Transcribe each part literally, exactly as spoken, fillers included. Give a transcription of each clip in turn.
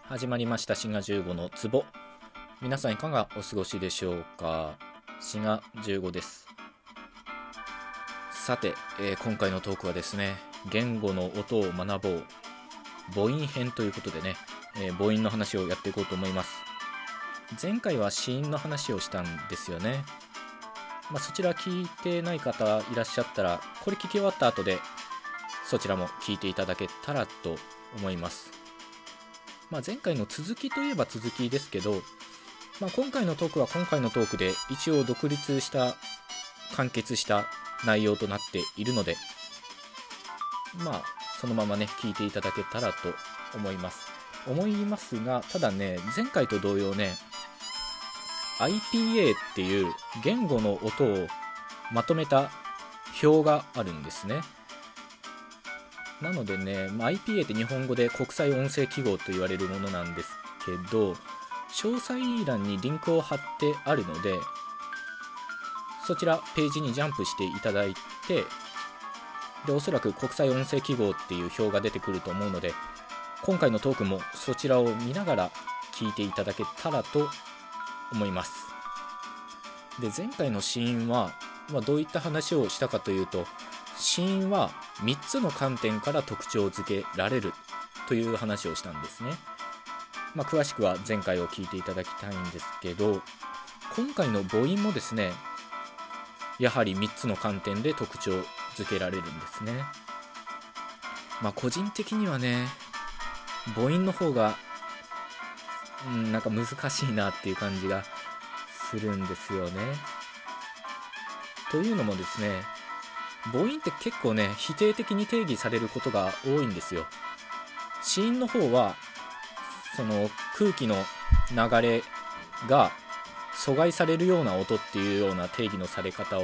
始まりました滋賀じゅうごの壺。皆さんいかがお過ごしでしょうか。滋賀じゅうごです。さて、えー今回のトークはですね、言語の音を学ぼう母音編ということでね、えー母音の話をやっていこうと思います。前回は子音の話をしたんですよね。まあ、そちら聞いてない方いらっしゃったら、これ聞き終わった後でそちらも聞いていただけたらと思います。まあ、前回の続きといえば続きですけど、まあ、今回のトークは今回のトークで一応独立した完結した内容となっているので、まあそのままね聞いていただけたらと思います思いますが、ただね、前回と同様ね アイピーエー っていう言語の音をまとめた表があるんですね。なのでね、まあ、アイピーエー って日本語で国際音声記号と言われるものなんですけど、詳細欄にリンクを貼ってあるので、そちらページにジャンプしていただいて、でおそらく国際音声記号っていう表が出てくると思うので、今回のトークもそちらを見ながら聞いていただけたらと思います。で前回の子音は、まあ、どういった話をしたかというと、子音はみっつの観点から特徴づけられるという話をしたんですね。まあ、詳しくは前回を聞いていただきたいんですけど、今回の母音もですね、やはりみっつの観点で特徴づけられるんですね。まあ個人的にはね、母音の方が、うん、なんか難しいなっていう感じがするんですよね。というのもですね、母音って結構ね否定的に定義されることが多いんですよ。子音の方はその空気の流れが阻害されるような音っていうような定義のされ方を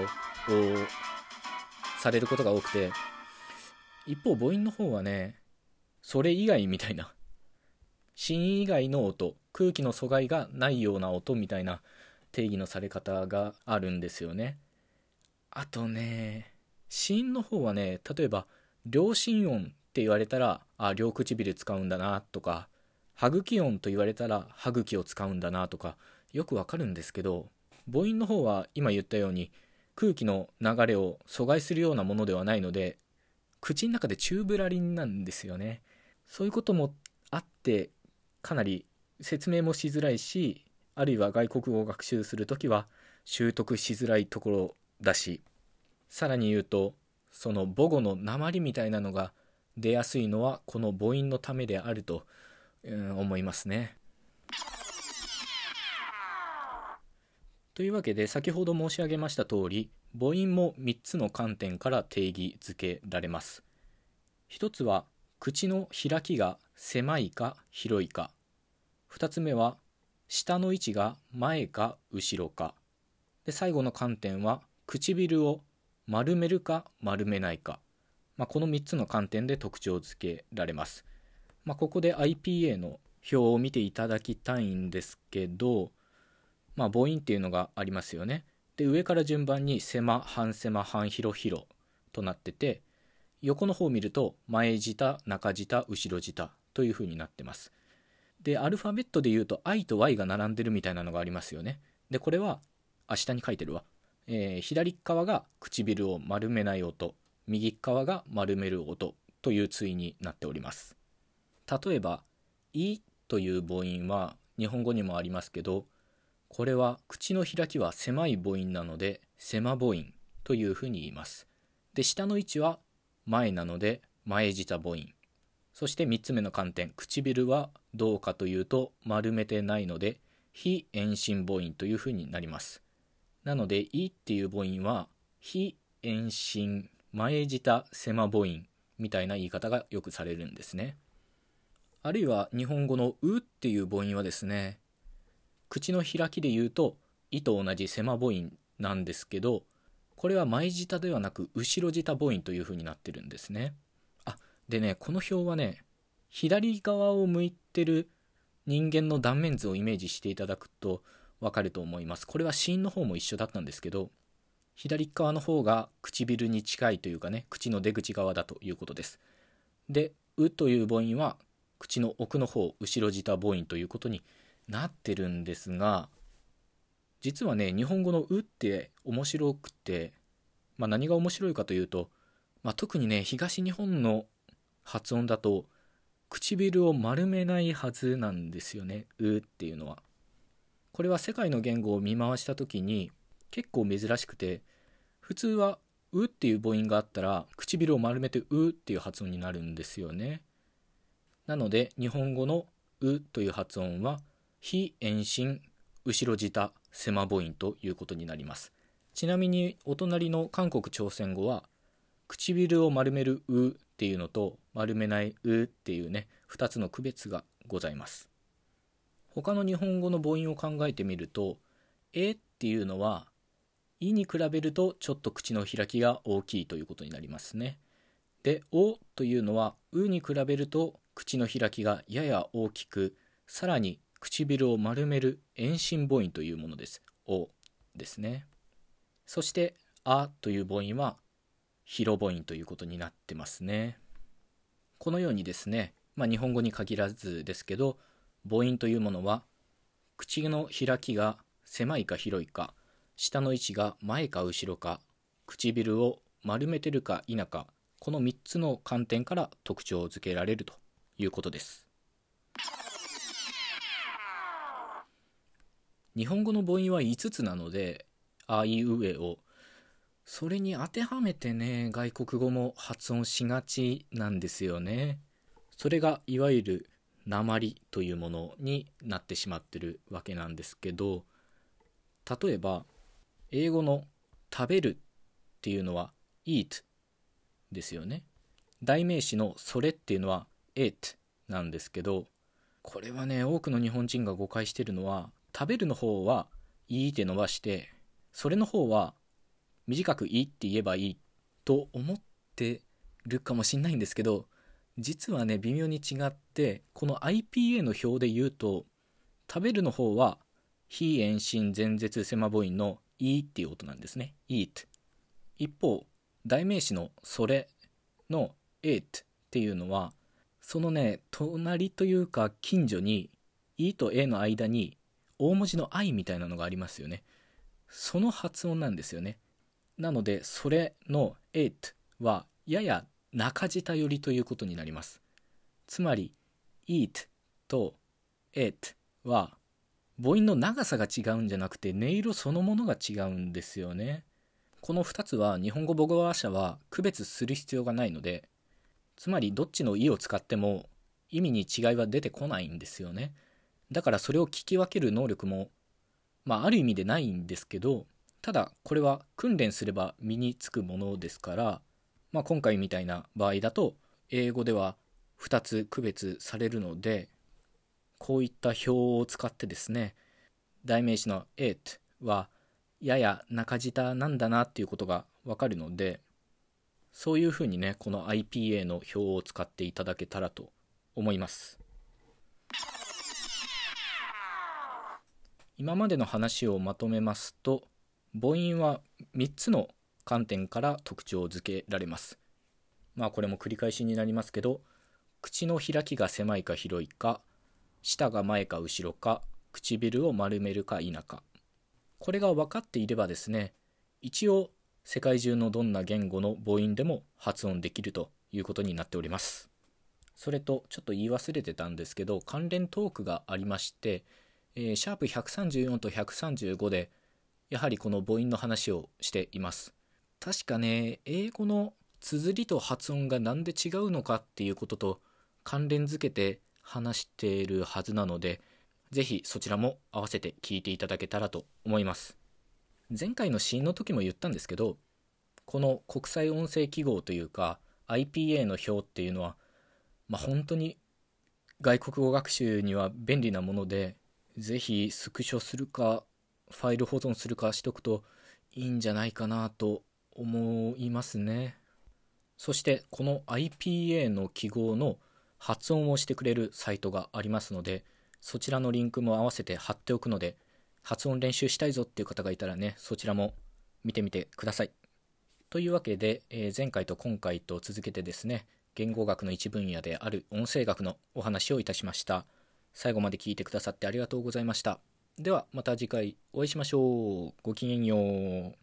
されることが多くて、一方母音の方はね、それ以外みたいな、子音以外の音、空気の阻害がないような音みたいな定義のされ方があるんですよね。あとね、子音の方はね、例えば両心音って言われたら、あ、両唇使うんだなとか、歯茎音と言われたら歯茎を使うんだなとか、よくわかるんですけど、母音の方は今言ったように空気の流れを阻害するようなものではないので、口の中で宙ぶらりんなんですよね。そういうこともあって、かなり説明もしづらいし、あるいは外国語を学習するときは習得しづらいところだし、さらに言うと、その母語の訛りみたいなのが出やすいのはこの母音のためであると、うん、思いますね。というわけで、先ほど申し上げました通り、母音もみっつの観点から定義づけられます。ひとつは口の開きが狭いか広いか。ふたつめは舌の位置が前か後ろか。で最後の観点は唇を丸めるか丸めないか。まあ、このみっつの観点で特徴づけられます。まあ、ここで アイピーエー の表を見ていただきたいんですけど、まあ、母音っていうのがありますよね。で上から順番に狭、半狭、半広、広となってて、横の方を見ると前舌、中舌、後ろ舌という風になってます。でアルファベットで言うと I と Y が並んでるみたいなのがありますよね。でこれは、あ、下に書いてるわ、えー、左側が唇を丸めない音、右側が丸める音という対になっております。例えばいという母音は日本語にもありますけど、これは口の開きは狭い母音なので狭母音というふうに言います。で下の位置は前なので前舌母音。そしてみっつめの観点、唇はどうかというと丸めてないので非遠心母音というふうになります。なのでいっていう母音は非遠心前舌狭母音みたいな言い方がよくされるんですね。あるいは日本語のうっていう母音はですね、口の開きで言うといと同じ狭母音なんですけど、これは前舌ではなく後ろ舌母音という風になってるんですね。あ、でね、この表はね、左側を向いてる人間の断面図をイメージしていただくとわかると思います。これは子音の方も一緒だったんですけど、左側の方が唇に近いというかね、口の出口側だということです。で、うという母音は口の奥の方、後ろ舌母音ということになってるんですが、実はね、日本語のうって面白くて、まあ、何が面白いかというと、まあ、特にね、東日本の発音だと唇を丸めないはずなんですよね、うっていうのは。これは世界の言語を見回した時に結構珍しくて、普通はうっていう母音があったら唇を丸めてうっていう発音になるんですよね。なので日本語のうという発音は非延伸後ろ舌狭母音ということになります。ちなみにお隣の韓国朝鮮語は唇を丸めるうっていうのと丸めないうっていうね、ふたつの区別がございます。他の日本語の母音を考えてみると、えっていうのはいに比べるとちょっと口の開きが大きいということになりますね。で、おというのはうに比べると口の開きがやや大きく、さらに唇を丸める延伸母音というものです。おですね。そしてあという母音は広母音ということになってますね。このようにですね、まあ、日本語に限らずですけど、母音というものは口の開きが狭いか広いか、舌の位置が前か後ろか、唇を丸めてるか否か、このみっつの観点から特徴をつけられるということです。日本語の母音はいつつなので、あいうえお、それに当てはめてね、外国語も発音しがちなんですよね。それがいわゆる訛りというものになってしまってるわけなんですけど、例えば英語の食べるっていうのは eat ですよね。代名詞のそれっていうのは it なんですけど、これはね、多くの日本人が誤解してるのは、食べるの方はいいって伸ばして、それの方は短くいいって言えばいいと思ってるかもしんないんですけど、実はね、微妙に違って、この アイピーエー の表で言うと、食べるの方は非延伸前舌狭母音のいいっていう音なんですね。eat。一方、代名詞のそれの it っていうのは、そのね、隣というか近所に E と A の間に大文字の I みたいなのがありますよね。その発音なんですよね。なのでそれの it はやや中舌寄りということになります。つまり eat と it は母音の長さが違うんじゃなくて音色そのものが違うんですよね。このふたつは日本語母語話者は区別する必要がないので、つまりどっちの「い」を使っても意味に違いは出てこないんですよね。だからそれを聞き分ける能力も、まあある意味でないんですけど、ただこれは訓練すれば身につくものですから、まあ、今回みたいな場合だと英語ではふたつ区別されるので、こういった表を使ってですね、代名詞の it はやや中舌なんだなっていうことがわかるので、そういうふうにね、この アイピーエー の表を使っていただけたらと思います。今までの話をまとめますと、母音はみっつの観点から特徴を付けられます。まあこれも繰り返しになりますけど、口の開きが狭いか広いか、舌が前か後ろか、唇を丸めるか否か。これが分かっていればですね、一応世界中のどんな言語の母音でも発音できるということになっております。それとちょっと言い忘れてたんですけど、関連トークがありまして、えー、シャープひゃくさんじゅうよんとひゃくさんじゅうごでやはりこの母音の話をしています。確かね、英語の綴りと発音がなんで違うのかっていうことと関連づけて話しているはずなので、ぜひそちらも合わせて聞いていただけたらと思います。前回のシーンの時も言ったんですけど、この国際音声記号というか アイピーエー の表っていうのは、まあ、本当に外国語学習には便利なもので、ぜひスクショするかファイル保存するかしとくといいんじゃないかなと思いますね。そしてこの アイピーエー の記号の発音をしてくれるサイトがありますので、そちらのリンクも合わせて貼っておくので、発音練習したいぞっていう方がいたらね、そちらも見てみてください。というわけで、えー、前回と今回と続けてですね、 言語学の一分野である音声学のお話をいたしました。最後まで聞いてくださってありがとうございました。ではまた次回お会いしましょう。ごきげんよう。